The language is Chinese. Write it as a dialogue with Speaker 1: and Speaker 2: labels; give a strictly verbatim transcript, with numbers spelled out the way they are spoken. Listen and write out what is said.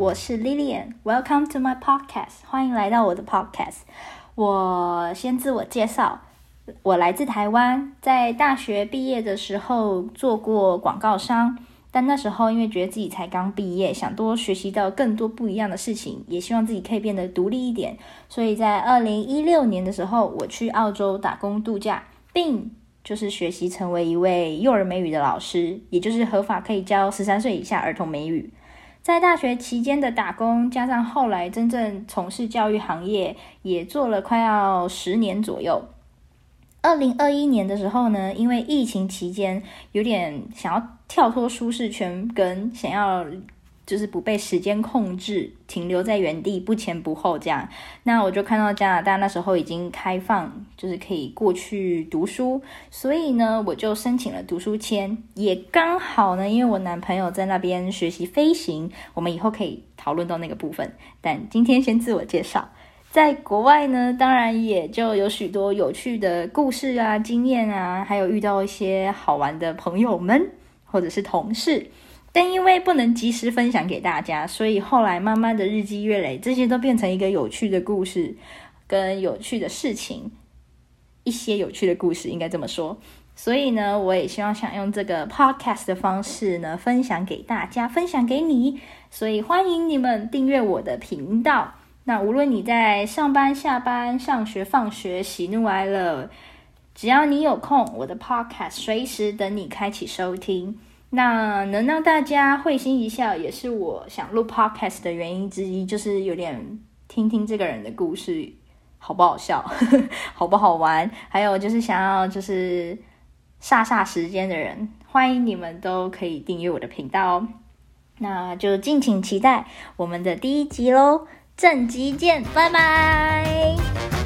Speaker 1: 我是 Lilian，Welcome to my podcast， 欢迎来到我的 podcast。我先自我介绍，我来自台湾，在大学毕业的时候做过广告商，但那时候因为觉得自己才刚毕业，想多学习到更多不一样的事情，也希望自己可以变得独立一点，所以在二零一六年的时候，我去澳洲打工度假，并就是学习成为一位幼儿美语的老师，也就是合法可以教十三岁以下儿童美语。在大学期间的打工，加上后来真正从事教育行业，也做了快要十年左右。二零二一年的时候呢，因为疫情期间有点想要跳脱舒适圈，跟想要就是不被时间控制，停留在原地不前不后这样。那我就看到加拿大那时候已经开放，就是可以过去读书，所以呢，我就申请了读书签。也刚好呢，因为我男朋友在那边学习飞行，我们以后可以讨论到那个部分。但今天先自我介绍。在国外呢，当然也就有许多有趣的故事啊、经验啊，还有遇到一些好玩的朋友们或者是同事。但因为不能及时分享给大家，所以后来慢慢的日积月累，这些都变成一个有趣的故事跟有趣的事情，一些有趣的故事应该这么说。所以呢，我也希望想用这个 podcast 的方式呢，分享给大家，分享给你。所以欢迎你们订阅我的频道。那无论你在上班、下班、上学、放学、喜怒哀乐，只要你有空，我的 podcast 随时等你开启收听。那能让大家会心一笑，也是我想录 podcast 的原因之一，就是有点听听这个人的故事好不好笑好不好玩，还有就是想要就是煞煞时间的人，欢迎你们都可以订阅我的频道哦。那就敬请期待我们的第一集咯，正集见，拜拜。